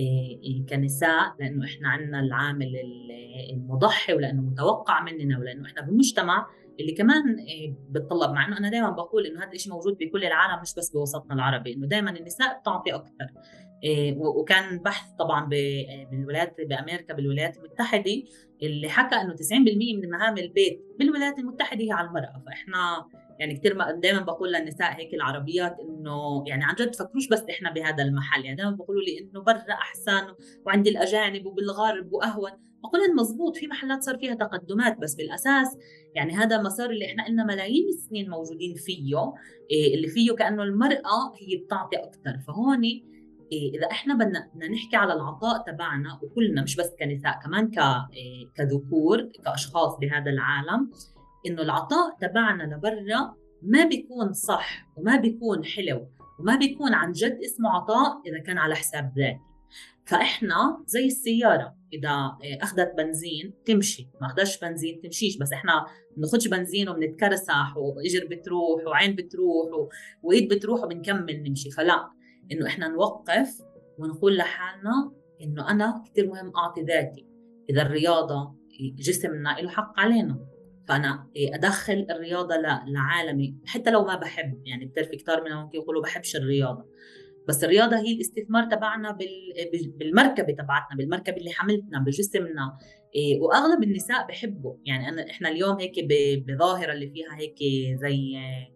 كنساء، لأنه إحنا عنا العامل المضحي، ولأنه متوقع مننا، ولأنه إحنا بمجتمع اللي كمان بتطلب. مع إنه أنا دائما بقول إنه هذا الشيء موجود بكل العالم مش بس بوسطنا العربي، إنه دائما النساء بتعطي أكثر. وكان بحث طبعا بالولايات بأمريكا بالولايات المتحدة اللي حكى إنه 90% من مهام البيت بالولايات المتحدة هي على المرأة. فإحنا يعني كثير دائما بقول للنساء هيك العربيات انه يعني عن جد فكروش بس احنا بهذا المحل. يعني دائما بقولوا لي انه برا احسن وعند الاجانب وبالغرب واهون. بقول لهم مزبوط، في محلات صار فيها تقدمات، بس بالاساس يعني هذا مسار اللي احنا لنا ملايين السنين موجودين فيه، اللي فيه كانه المراه هي بتعطي اكثر. فهون اذا احنا بدنا نحكي على العطاء تبعنا، وكلنا مش بس كنساء، كمان كذكور كاشخاص بهذا العالم، إنه العطاء تبعنا لبرا ما بيكون صح وما بيكون حلو وما بيكون عن جد اسمه عطاء إذا كان على حساب ذاتي. فإحنا زي السيارة، إذا أخذت بنزين تمشي، ما أخذش بنزين تمشيش. بس إحنا بناخدش بنزين وبنتكرسح وإجر بتروح وعين بتروح وإيد بتروح وبنكمل نمشي. فلا، إنه إحنا نوقف ونقول لحالنا إنه أنا كتير مهم أعطي ذاتي. إذا الرياضة جسمنا له حق علينا، فأنا أدخل الرياضة لعالمي حتى لو ما بحب. يعني بتعرفي كتار منهم ممكن يقولوا بحبش الرياضة، بس الرياضة هي الاستثمار تبعنا بالمركبة تبعتنا، بالمركبة اللي حملتنا بجسمنا. وأغلب النساء بحبوا. يعني إحنا اليوم هيك بظاهرة اللي فيها هيك زي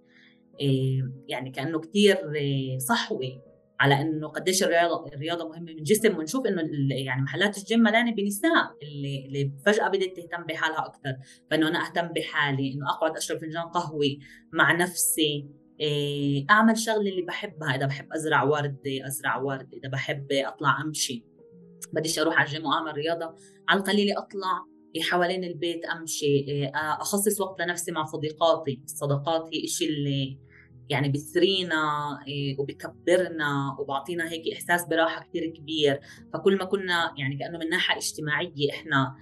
يعني كأنه كتير صحوة على انه قديش الرياضه مهمه من جسم، ونشوف انه يعني محلات الجيم ملانه بنساء اللي فجاه بدات تهتم بحالها اكثر. فانه انا اهتم بحالي، انه اقعد اشرب فنجان قهوه مع نفسي، اعمل شغله اللي بحبها. اذا بحب ازرع ورد ازرع ورد، اذا بحب اطلع امشي، بديش اروح على الجيم واعمل رياضه، على القليله اطلع حوالين البيت امشي، اخصص وقت لنفسي مع صديقاتي. الصداقات هي إشي اللي يعني بيثرينا وبكبرنا وبعطينا هيك إحساس براحة كتير كبير. فكل ما كنا يعني كأنه من ناحية اجتماعية إحنا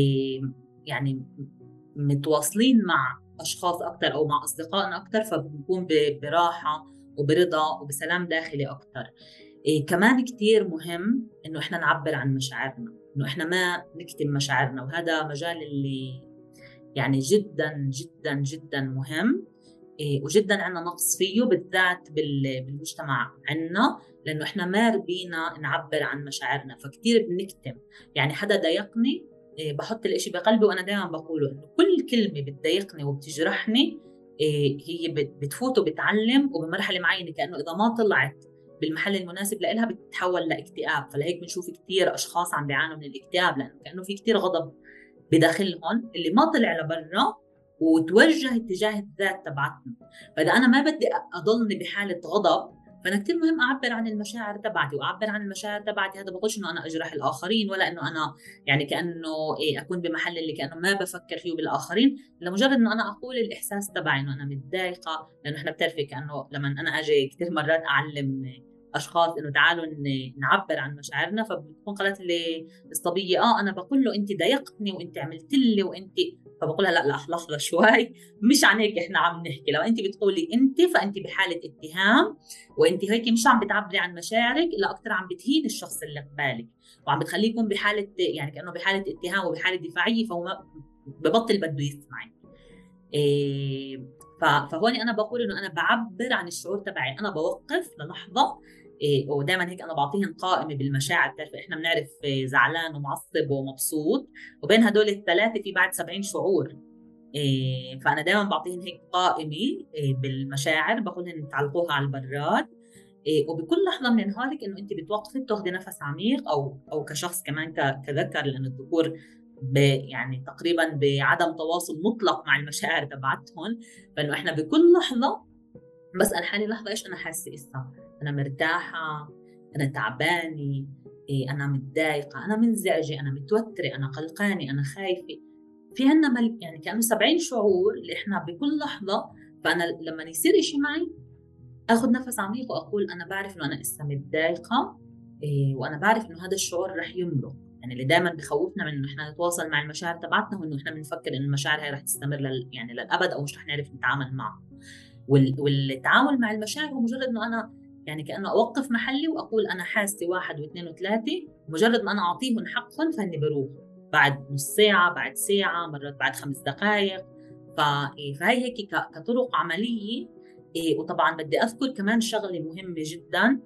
يعني متواصلين مع أشخاص أكتر أو مع أصدقائنا أكتر، فبنكون براحة وبرضا وبسلام داخلي أكتر. كمان كتير مهم إنه إحنا نعبر عن مشاعرنا، إنه إحنا ما نكتم مشاعرنا. وهذا مجال اللي يعني جدا جدا جدا مهم، وجدا عنا نقص فيه بالذات بالمجتمع عنا، لأنه إحنا ما ربينا نعبر عن مشاعرنا، فكتير بنكتم. يعني حدا ضايقني بحط الإشي بقلبي، وأنا دائما بقوله إنه كل كلمة بتضايقني وبتجرحني هي بتفوت وبتعلم، وبمرحلة معينة كأنه إذا ما طلعت بالمحل المناسب لإلها بتتحول لاكتئاب. فلهيك بنشوف كتير أشخاص عم بيعانوا من الاكتئاب، لأنه كأنه في كتير غضب بداخلهم اللي ما طلع لبرا وتوجه اتجاه الذات تبعتنا. فإذا أنا ما بدي أضلني بحالة غضب، فأنا كتير مهم أعبر عن المشاعر تبعتي. وأعبر عن المشاعر تبعتي هذا بقولش إنه أنا أجرح الآخرين، ولا إنه أنا يعني كأنه أكون بمحل اللي كأنه ما بفكر فيه بالآخرين، لمجرد إنه أنا أقول الإحساس تبعي إنه أنا متضايقة. لأنه إحنا بتعرفي كأنه لما أنا أجي كتير مرات أعلم أشخاص إنه تعالوا نعبر عن مشاعرنا، فبتكون قالت لي الصبية أنا بقول له أنت ضايقتني وأنت عملت لي وأنت، فبقولها لا لحظة شوي، مش عن هيك إحنا عم نحكي. لو أنت بتقولي أنت، فأنت بحالة اتهام، وأنت هيك مش عم بتعبري عن مشاعرك، لا أكثر عم بتهين الشخص اللي قبالك، وعم بتخليه يكون بحالة يعني كأنه بحالة اتهام وبحالة دفاعية، فهو ببطل بده يسمعك. فهون أنا بقول إنه أنا بعبر عن الشعور تبعي، أنا بوقف للحظة. ودائما هيك أنا بعطيهم قائمة بالمشاعر. بتعرف إحنا بنعرف زعلان ومعصب ومبسوط، وبين هدول الثلاثة في بعد 70 شعور. فأنا دائما بعطيهم هيك قائمة بالمشاعر، بقولهم تعلقوها على البراد. وبكل لحظة من نهارك إنه أنت بتوقفي بتاخدي نفس عميق، أو كشخص كمان كذكر، لأن الذكور يعني تقريبا بعدم تواصل مطلق مع المشاعر تبعتهم. فإنه إحنا بكل لحظة بسأل حالي لحظة إيش أنا حاسة إسا، أنا مرتاحة، أنا تعبانة، أنا متضايقة، أنا منزعجة، أنا متوترة، أنا قلقانة، أنا خايفة. في عنا يعني كأنه 70 شعور اللي إحنا بكل لحظة. فأنا لما يصير إشي معي اخذ نفس عميق واقول انا بعرف انه انا لسه متضايقه، وانا بعرف انه هذا الشعور رح يمرق. يعني اللي دائما بخوفنا من انه احنا نتواصل مع المشاعر تبعتنا، وانه احنا بنفكر ان المشاعر هي رح تستمر يعني للابد، او مش رح نعرف نتعامل معها. والتعامل مع المشاعر هو مجرد انه انا يعني كانه اوقف محلي واقول انا حاسه واحد واثنين وثلاثه، مجرد ما انا اعطيهم حقهم فهني بروح بعد نص ساعه، بعد ساعه، مرات بعد 5 دقائق. فهي هيك كطرق عمليه. وطبعا بدي اذكر كمان شغله مهمه جدا،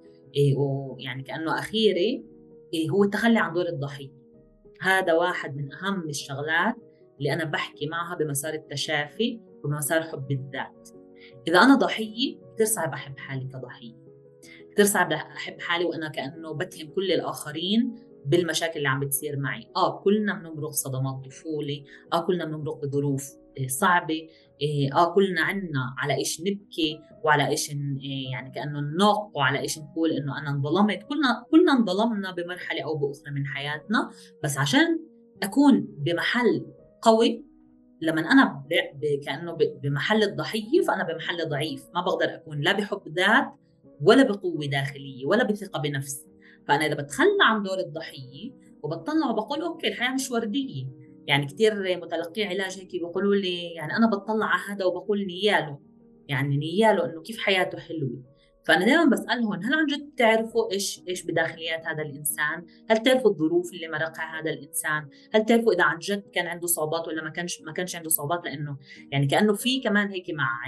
ويعني كانه اخيره، هو التخلي عن دور الضحيه. هذا واحد من اهم الشغلات اللي انا بحكي معها بمسار التشافي وبمسار حب الذات. اذا انا ضحيه كثير صعب احب حالي كضحيه، كثير صعب احب حالي وانا كانه بتهم كل الاخرين بالمشاكل اللي عم بتصير معي. كلنا بنمرق صدمات طفوله، كلنا بنمرق بظروف صعبه، كلنا عنا على ايش نبكي، وعلى ايش يعني كانه نناق، وعلى ايش نقول انه انا انظلمت. كلنا انظلمنا بمرحله او باخرى من حياتنا. بس اكون بمحل قوي، لما انا كانه بمحل الضحيه، فانا بمحل ضعيف، ما بقدر اكون لا بحب ذات ولا بقوه داخليه ولا بثقه بنفسي. فانا اذا بتخلى عن دور الضحيه وبطلع وبقول اوكي الحياه مش ورديه. يعني كثير متلقي علاج هيك بيقولوا لي، يعني انا بطلع على هذا وبقول نياله، يعني نياله انه كيف حياته حلوه. فانا دائما بسالهم هل عن جد بتعرفوا ايش بداخليات هذا الانسان؟ هل تعرفوا الظروف اللي مرقها هذا الانسان؟ هل تعرفوا اذا عن جد كان عنده صعوبات ولا ما كانش عنده صعوبات؟ لانه يعني كانه في كمان هيك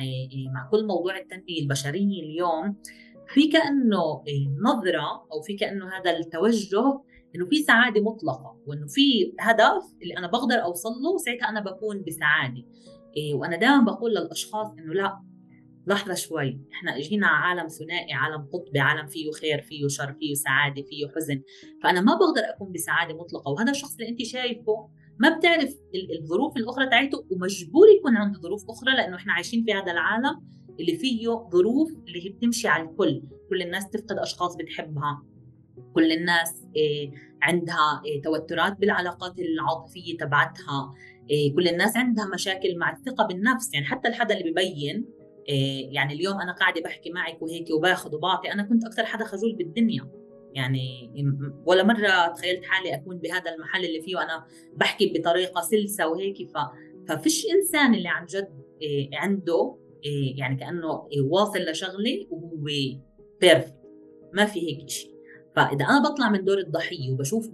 مع كل موضوع التنميه البشريه اليوم، في كانه نظره، او في كانه هذا التوجه انه في سعاده مطلقه، وانه في هدف اللي انا بقدر اوصل له ساعتها انا بكون بسعاده. وانا دائما بقول للاشخاص انه لا، لحظة شوي، احنا اجينا على عالم ثنائي، عالم قطبي، عالم فيه خير فيه شر فيه سعادة فيه حزن. فأنا ما بقدر أكون بسعادة مطلقة، وهذا الشخص اللي أنت شايفه ما بتعرف الظروف الأخرى تاعته، ومجبور يكون عنده ظروف أخرى، لأنه احنا عايشين في هذا العالم اللي فيه ظروف اللي هي بتمشي على الكل. كل الناس تفقد أشخاص بتحبها، كل الناس عندها توترات بالعلاقات العاطفية تبعتها، كل الناس عندها مشاكل مع الثقة بالنفس. يعني حتى الحدا اللي ببين، يعني اليوم أنا قاعدة بحكي معك وهيك وباخذ وبعطي، أنا كنت أكثر حدا خجول بالدنيا. يعني ولا مرة تخيلت حالي أكون بهذا المحل اللي فيه وأنا بحكي بطريقة سلسة وهيك. ففيش إنسان اللي عن جد عنده يعني كأنه واصل لشغلة وهو بيرفكت، ما في هيك شيء. فاذا انا بطلع من دور الضحيه وبشوف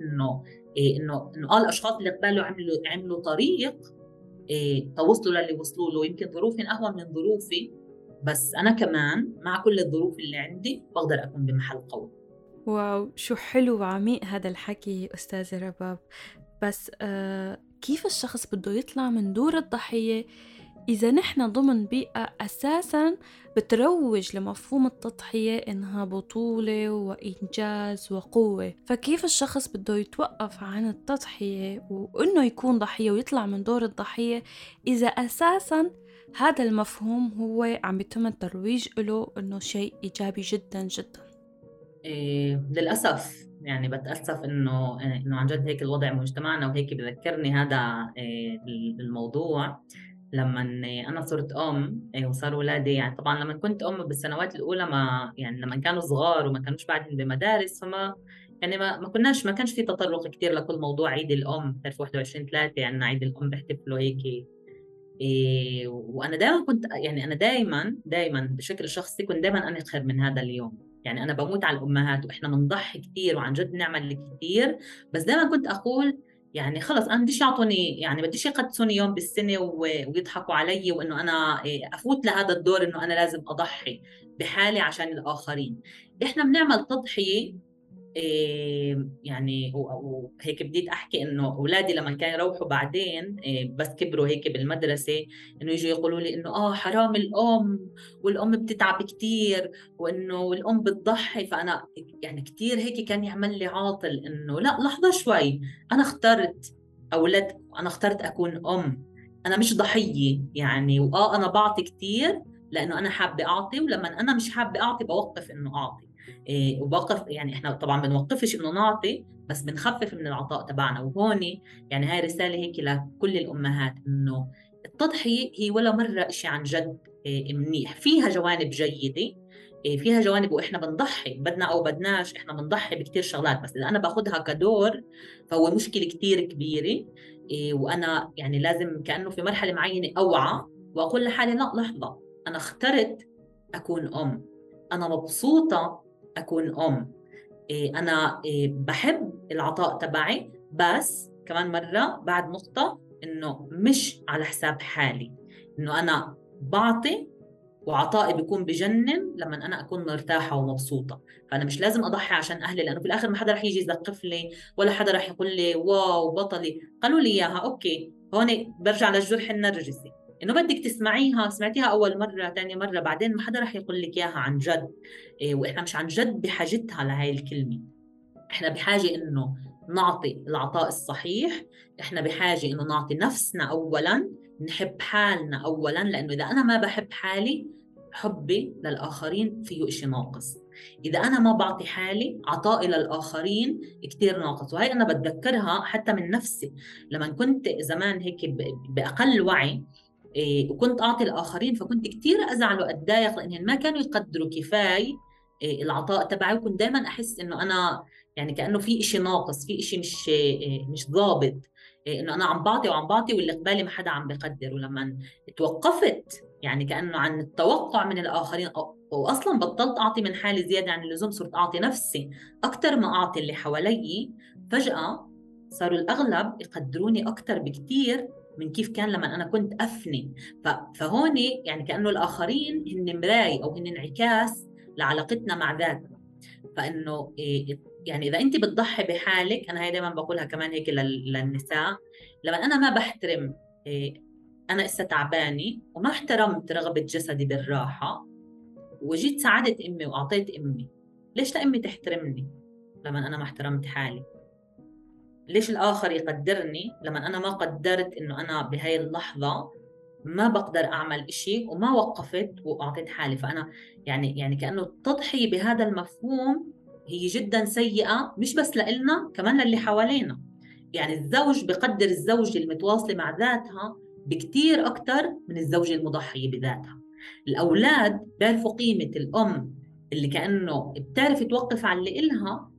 انه الاشخاص اللي قباله عملوا طريق توصلوا للي وصلوا له، يمكن ظروفهم اهون من ظروفي، بس انا كمان مع كل الظروف اللي عندي بقدر اكون بمحل قوي. واو، شو حلو وعميق هذا الحكي أستاذة رباب. بس كيف الشخص بده يطلع من دور الضحية إذا نحن ضمن بيئة أساساً بتروج لمفهوم التضحية إنها بطولة وإنجاز وقوة؟ فكيف الشخص بده يتوقف عن التضحية وإنه يكون ضحية ويطلع من دور الضحية إذا أساساً هذا المفهوم هو عم يتم الترويج له إنه شيء إيجابي جداً جداً؟ للاسف يعني بتاسف انه عن جد هيك الوضع مجتمعنا، وهيك بذكرني هذا الموضوع لما انا صرت وصار اولادي. يعني طبعا لما كنت بالسنوات الاولى، ما يعني لما كانوا صغار وما كانوش بعدين بمدارس، فما يعني ما كانش في تطرق كثير لكل موضوع عيد الام. بتعرف 21/3 يعني عيد الام بيحتفلوا هيك. وانا دائما كنت، يعني انا دائما بشكل شخصي كنت دائما اني خير من هذا اليوم. يعني انا بموت على الامهات واحنا بنضحي كثير وعن جد نعمل كثير، بس دائما كنت اقول يعني خلص انا بديش يعطوني، يعني بديش يقدسوني يوم بالسنه ويضحكوا علي، وانه انا افوت لهذا الدور انه انا لازم اضحي بحالي عشان الاخرين. احنا بنعمل تضحيه يعني وهيك بديت احكي انه اولادي لما كانوا يروحوا بعدين بس كبروا هيك بالمدرسه، انه يجوا يقولوا لي انه حرام الام، والام بتتعب كثير، وانه الام بتضحي. فانا يعني كثير هيك كان يعمل لي عاطل انه لا لحظه شوي، انا اخترت اولاد، انا اخترت اكون ام، انا مش ضحيه يعني. انا بعطي كثير لانه انا حابه اعطي، ولما انا مش حابه اعطي بوقف انه اعطي. وبوقف يعني احنا طبعا بنوقفش انه نعطي، بس بنخفف من العطاء تبعنا. وهون يعني هاي رساله هيك لكل الامهات، انه التضحيه هي ولا مره إشي عن جد منيح. فيها جوانب جيده، فيها جوانب، واحنا بنضحي بدنا او بدناش، احنا بنضحي بكثير شغلات، بس اذا انا باخذها كدور فهو مشكله كثير كبيره. وانا يعني لازم كانه في مرحله معينه اوعى واقول لحالي لا لحظه، انا اخترت اكون ام، انا مبسوطه اكون ام، انا بحب العطاء تبعي، بس كمان مره بعد نقطه انه مش على حساب حالي، انه انا بعطي وعطائي بيكون بجنن لما انا اكون مرتاحه ومبسوطه. فانا مش لازم اضحي عشان اهلي، لانه في الاخر ما حدا رح يجي يزقف لي، ولا حدا رح يقول لي واو بطلي. قالوا لي اياها اوكي، هون برجع للجرح النرجسي، انه بدك تسمعيها، سمعتيها اول مره ثاني مره، بعدين ما حدا رح يقول لك اياها عن جد. واحنا مش عن جد بحاجتها لهي الكلمه. احنا بحاجه انه نعطي العطاء الصحيح، احنا بحاجه انه نعطي نفسنا اولا، نحب حالنا اولا، لانه اذا انا ما بحب حالي حبي للاخرين فيه إشي ناقص. اذا انا ما بعطي حالي عطائي للاخرين كتير ناقص. وهي انا بتذكرها حتى من نفسي لما كنت زمان هيك باقل وعي، وكنت اعطي الاخرين، فكنت كتير ازعل واتضايق لانهم ما كانوا يقدروا كفايه العطاء تبعي. وكنت دائما احس انه انا يعني كانه في إشي ناقص، في إشي مش ضابط، انه انا عم بعطي وعم بعطي واللي قبالي ما حدا عم بقدر. ولما توقفت يعني كانه عن التوقع من الاخرين، واصلا بطلت اعطي من حالي زياده عن اللزوم، صرت اعطي نفسي اكثر ما اعطي اللي حوالي، فجاه صاروا الاغلب يقدروني اكثر بكثير من كيف كان لما انا كنت افني. فهون يعني كانه الاخرين هن مراي او هن انعكاس لعلاقتنا مع ذاتنا. فانه يعني اذا انت بتضحي بحالك، انا هي دائما بقولها كمان هيك للنساء، لما انا ما بحترم انا اسا تعبانه وما احترمت رغبه جسدي بالراحه، وجيت ساعدت امي واعطيت امي، ليش لامي تحترمني لما انا ما احترمت حالي؟ ليش الاخر يقدرني لما انا ما قدرت انه انا بهاي اللحظه ما بقدر اعمل إشي وما وقفت واعطيت حالي؟ فانا يعني كانه التضحيه بهذا المفهوم هي جدا سيئه، مش بس لإلنا، كمان للي حوالينا. يعني الزوج بقدر الزوجة المتواصلة مع ذاتها بكتير أكتر من الزوجة المضحية بذاتها. الأولاد بيعرفوا قيمة الأم اللي كأنه بتعرف توقف على اللي إلها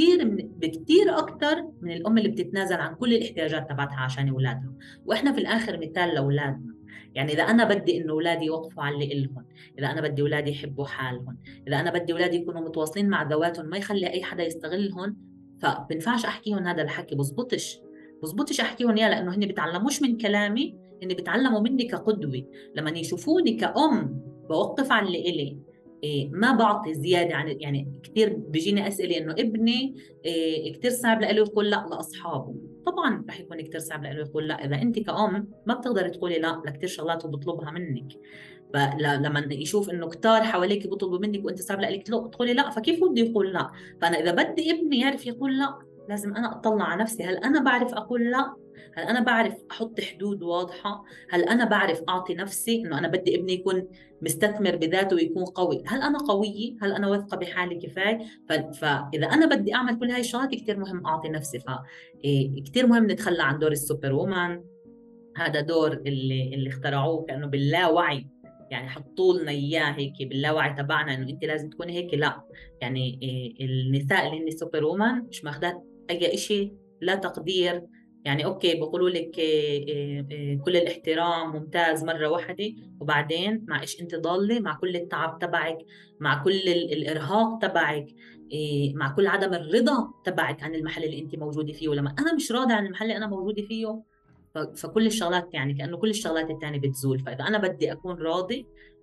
بكتير أكتر من الأم اللي بتتنازل عن كل الاحتياجات تبعتها عشان أولادها. وإحنا في الآخر مثال لأولادنا. يعني إذا أنا بدي إنه أولادي يوقفوا على اللي إلهم، إذا أنا بدي أولادي يحبوا حالهم، إذا أنا بدي أولادي يكونوا متواصلين مع ذواتهم، ما يخلي أي حدا يستغلهم، فبنفعش احكيهم هذا الحكي. بزبطش احكيهم اياه، لانه هن بيتعلموش من كلامي، هن بيتعلموا مني كقدوه. لما يشوفوني كأم بوقف عن اللي إلي، ما بعطي زياده عن يعني. كثير بيجيني اسئله انه ابني كثير صعب له يقول لا لاصحابه. طبعا رح يكون كثير صعب له يقول لا اذا انت كأم ما بتقدري تقولي لا لكثير شغلات هو بيطلبها منك. فلما يشوف انه كتار حواليك بيطلبوا منك وانت صعب لك تقولي لا، فكيف بده يقول لا؟ فانا اذا بدي ابني يعرف يقول لا، لازم انا اطلع على نفسي، هل انا بعرف اقول لا؟ هل انا بعرف احط حدود واضحه؟ هل انا بعرف اعطي نفسي انه انا بدي ابني يكون مستثمر بذاته ويكون قوي؟ هل انا قويه؟ هل انا واثقه بحالي كفايه؟ فاذا انا بدي اعمل كل هاي الشغلات كثير مهم اعطي نفسي. كثير مهم نتخلى عن دور السوبر وومن. هذا دور اللي اخترعوه كانه باللاوعي، يعني حطوا لنا اياه هيك باللاوعي تبعنا انه انت لازم تكوني هيك. لا، يعني النساء اللي هن سوبر وومن مش ماخذات اي شيء، لا تقدير. يعني اوكي بقولوا لك كل الاحترام ممتاز مره واحده، وبعدين مع ايش انت ضاله؟ مع كل التعب تبعك، مع كل الارهاق تبعك، مع كل عدم الرضا تبعك عن المحل اللي انت موجوده فيه. ولما انا مش راضي عن المحل اللي انا موجوده فيه، فكل الشغلات يعني كأنه كل الشغلات التانية بتزول. فإذا أنا بدي أكون راضي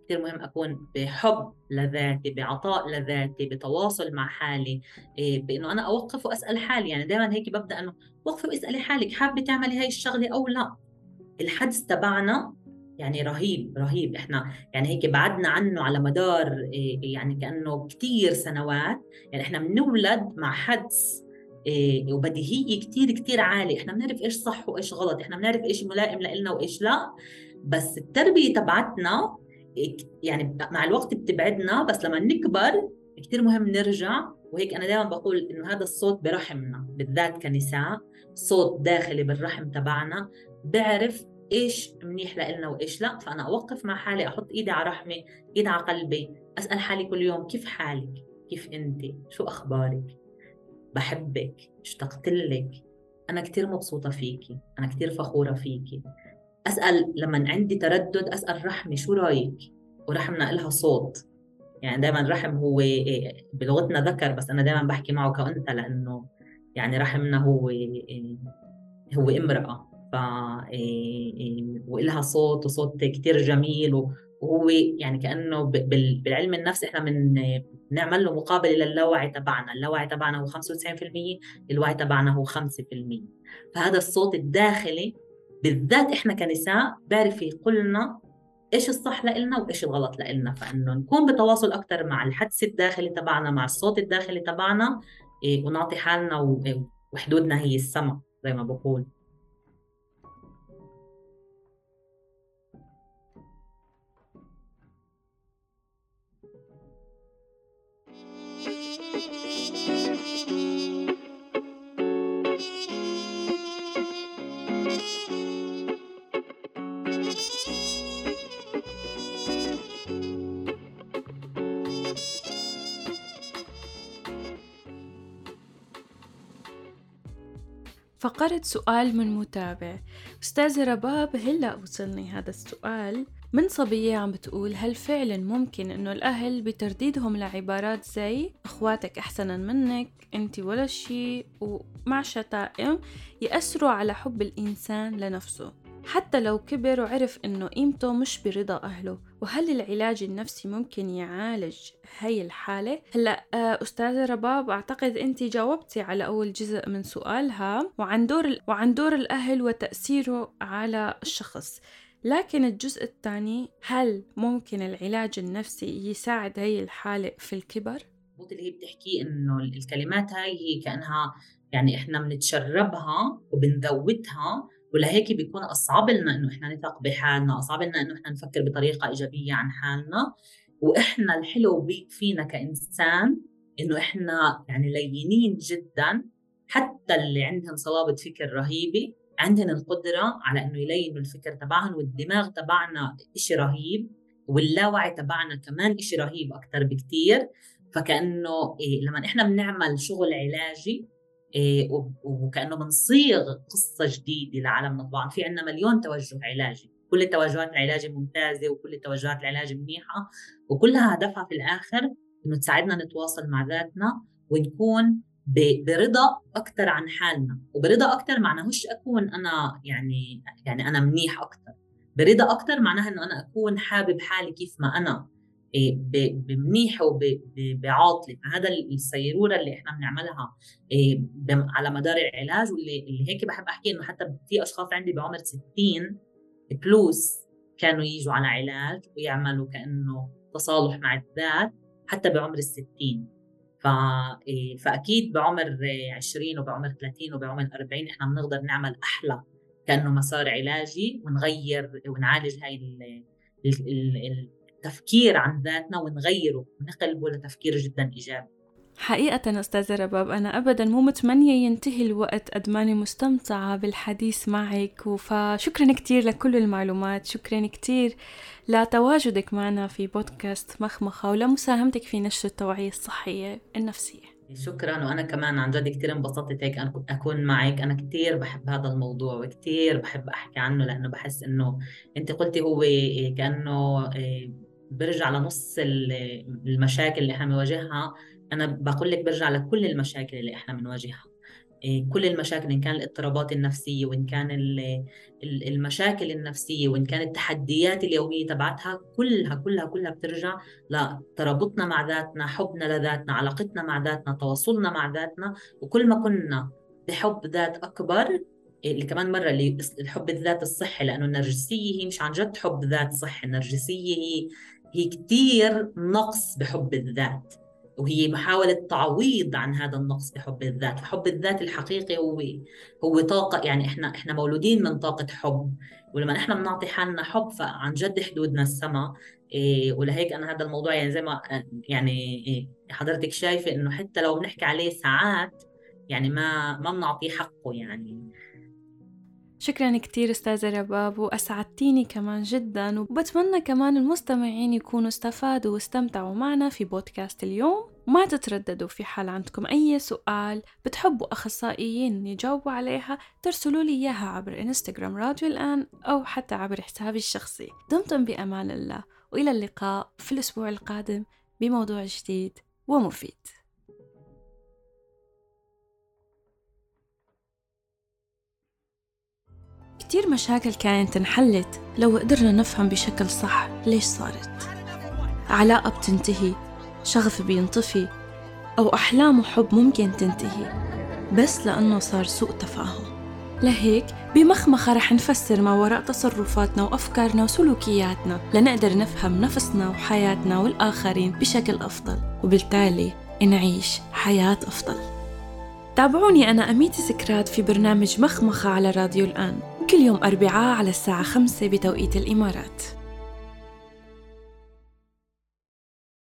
كتير مهم أكون بحب لذاتي، بعطاء لذاتي، بتواصل مع حالي، بإنه أنا أوقف وأسأل حالي. يعني دائما هيك ببدأ إنه وقفي واسألي حالك حابة تعملي هاي الشغلة أو لا. الحدس تبعنا يعني رهيب رهيب. إحنا يعني هيك بعدنا عنه على مدار يعني كأنه كتير سنوات. يعني إحنا بنولد مع حدس وبديهية كتير كتير عالي. إحنا بنعرف إيش صح وإيش غلط، إحنا بنعرف إيش ملائم لإلنا وإيش لا. بس التربية تبعتنا يعني مع الوقت بتبعدنا، بس لما نكبر كتير مهم نرجع. وهيك أنا دائما بقول إنه هذا الصوت برحمنا بالذات كنساء، صوت داخلي بالرحم تبعنا بيعرف إيش منيح لإلنا وإيش لا. فأنا أوقف مع حالي، أحط إيدي على رحمي، إيدي على قلبي، أسأل حالي كل يوم كيف حالك، كيف أنت، شو أخبارك، بحبك، اشتقت لك، أنا كتير مبسوطة فيكي، أنا كتير فخورة فيكي. أسأل لما عندي تردد، أسأل رحمي شو رأيك. ورحمنا إلها صوت. يعني دائما رحم هو بلغتنا ذكر، بس أنا دائما بحكي معه كأنثى، لأنه يعني رحمنا هو امرأة. وإلها صوت، وصوت كتير جميل. وهو يعني كأنه بالعلم النفس إحنا بنعمل له مقابلة للاوعي تبعنا. اللاوعي تبعنا هو 95%، الوعي تبعنا هو 5%. فهذا الصوت الداخلي بالذات إحنا كنساء بيعرف يقول لنا إيش الصح لإلنا وإيش الغلط لإلنا. فإنه نكون بتواصل أكتر مع الحدس الداخلي تبعنا، مع الصوت الداخلي تبعنا، ونعطي حالنا وحدودنا هي السما زي ما بقول. فقرت سؤال من متابع. أستاذة رباب، هلأ وصلني هذا السؤال من صبية عم بتقول: هل فعلا ممكن إنه الأهل بترديدهم لعبارات زي أخواتك أحسنا منك، أنت ولا شيء، ومع شتائم يأثروا على حب الإنسان لنفسه حتى لو كبر وعرف إنه قيمته مش برضا أهله؟ وهل العلاج النفسي ممكن يعالج هاي الحالة؟ هلأ أستاذة رباب، أعتقد أنت جاوبتي على أول جزء من سؤالها وعن دور الأهل وتأثيره على الشخص، لكن الجزء الثاني، هل ممكن العلاج النفسي يساعد هاي الحالة في الكبر؟ اللي هي بتحكي إنه الكلمات هاي هي كأنها يعني إحنا بنتشربها وبنذوتها، ولهيك بيكون أصعب لنا إنه إحنا نثق بحالنا، أصعب لنا إنه إحنا نفكر بطريقة إيجابية عن حالنا. وإحنا الحلو فينا كإنسان إنه إحنا يعني لينين جدا. حتى اللي عندهم صلابة فكر رهيبة عندهم القدرة على إنه يلينوا الفكر تبعهم. والدماغ تبعنا إشي رهيب، واللاوعي تبعنا كمان إشي رهيب أكتر بكتير. فكأنه لما إحنا بنعمل شغل علاجي وكأنه بنصيغ قصة جديدة لعالمنا. طبعا في عنا مليون توجه علاجي، كل التوجهات العلاجية ممتازة وكل التوجهات العلاجية منيحة، وكلها هدفها في الآخر إنه تساعدنا نتواصل مع ذاتنا ونكون برضا أكتر عن حالنا. وبرضا أكتر معناهوش أكون أنا يعني أنا منيح أكتر. برضا أكتر معناها إنه أنا أكون حابب حالي كيف ما أنا، بمنيحة وبعاطلة. فهذا السيرورة اللي احنا بنعملها على مدار العلاج. واللي هيك بحب احكي انه حتى في اشخاص عندي بعمر 60 بلوس كانوا يجوا على علاج ويعملوا كأنه تصالح مع الذات حتى بعمر 60. فأكيد بعمر 20 وبعمر 30 وبعمر 40 احنا بنقدر نعمل أحلى كأنه مسار علاجي ونغير ونعالج هاي التفكير عن ذاتنا ونغيره ونقلبه لتفكير جدا إيجابي. حقيقة أستاذة رباب، أنا أبدا مو متمنية ينتهي الوقت قد ماني مستمتعة بالحديث معك. فشكرا كتير لكل المعلومات، شكرا كتير لتواجدك معنا في بودكاست مخمخة ولمساهمتك في نشر التوعية الصحية النفسية. شكرا. وأنا كمان عن جد كتير انبسطت هيك أكون معك. أنا كتير بحب هذا الموضوع وكتير بحب أحكي عنه، لأنه بحس إنه أنت قلتي هو كأنه برجع لنص المشاكل اللي احنا بنواجهها. أنا بقول لك برجع لكل المشاكل اللي احنا بنواجهها. كل المشاكل، إن كان الاضطرابات النفسية، وإن كان المشاكل النفسية، وإن كانت التحديات اليومية تبعتها، كلها بترجع لترابطنا مع ذاتنا، حبنا لذاتنا، علاقتنا مع ذاتنا، تواصلنا مع ذاتنا. وكل ما كنا بحب ذات أكبر، اللي كمان مرة اللي الحب الذات الصحي، لأنه النرجسية هي مش عن جد حب ذات صحي. النرجسية هي كتير نقص بحب الذات، وهي محاولة تعويض عن هذا النقص بحب الذات. فحب الذات الحقيقي هو طاقة، يعني احنا مولودين من طاقة حب، ولما احنا بنعطي حالنا حب فعن جد حدودنا السماء. ولهيك انا هذا الموضوع يعني زي ما يعني حضرتك شايفة انه حتى لو بنحكي عليه ساعات، يعني ما بنعطيه حقه يعني. شكرا كتير أستاذة رباب، وأسعدتيني كمان جدا، وبتمنى كمان المستمعين يكونوا استفادوا واستمتعوا معنا في بودكاست اليوم. وما تترددوا في حال عندكم أي سؤال بتحبوا أخصائيين يجاوبوا عليها، ترسلوا لي إياها عبر إنستغرام راديو الآن أو حتى عبر حسابي الشخصي. دمتم بأمان الله، وإلى اللقاء في الأسبوع القادم بموضوع جديد ومفيد. كتير مشاكل كانت انحلت لو قدرنا نفهم بشكل صح ليش صارت. علاقة بتنتهي، شغف بينطفي، أو أحلام وحب ممكن تنتهي بس لأنه صار سوء تفاهم. لهيك بمخمخة رح نفسر ما وراء تصرفاتنا وأفكارنا وسلوكياتنا لنقدر نفهم نفسنا وحياتنا والآخرين بشكل أفضل، وبالتالي نعيش حياة أفضل. تابعوني أنا أميتة سكرات في برنامج مخمخة على راديو الآن كل يوم أربعاء على الساعة 5 بتوقيت الإمارات.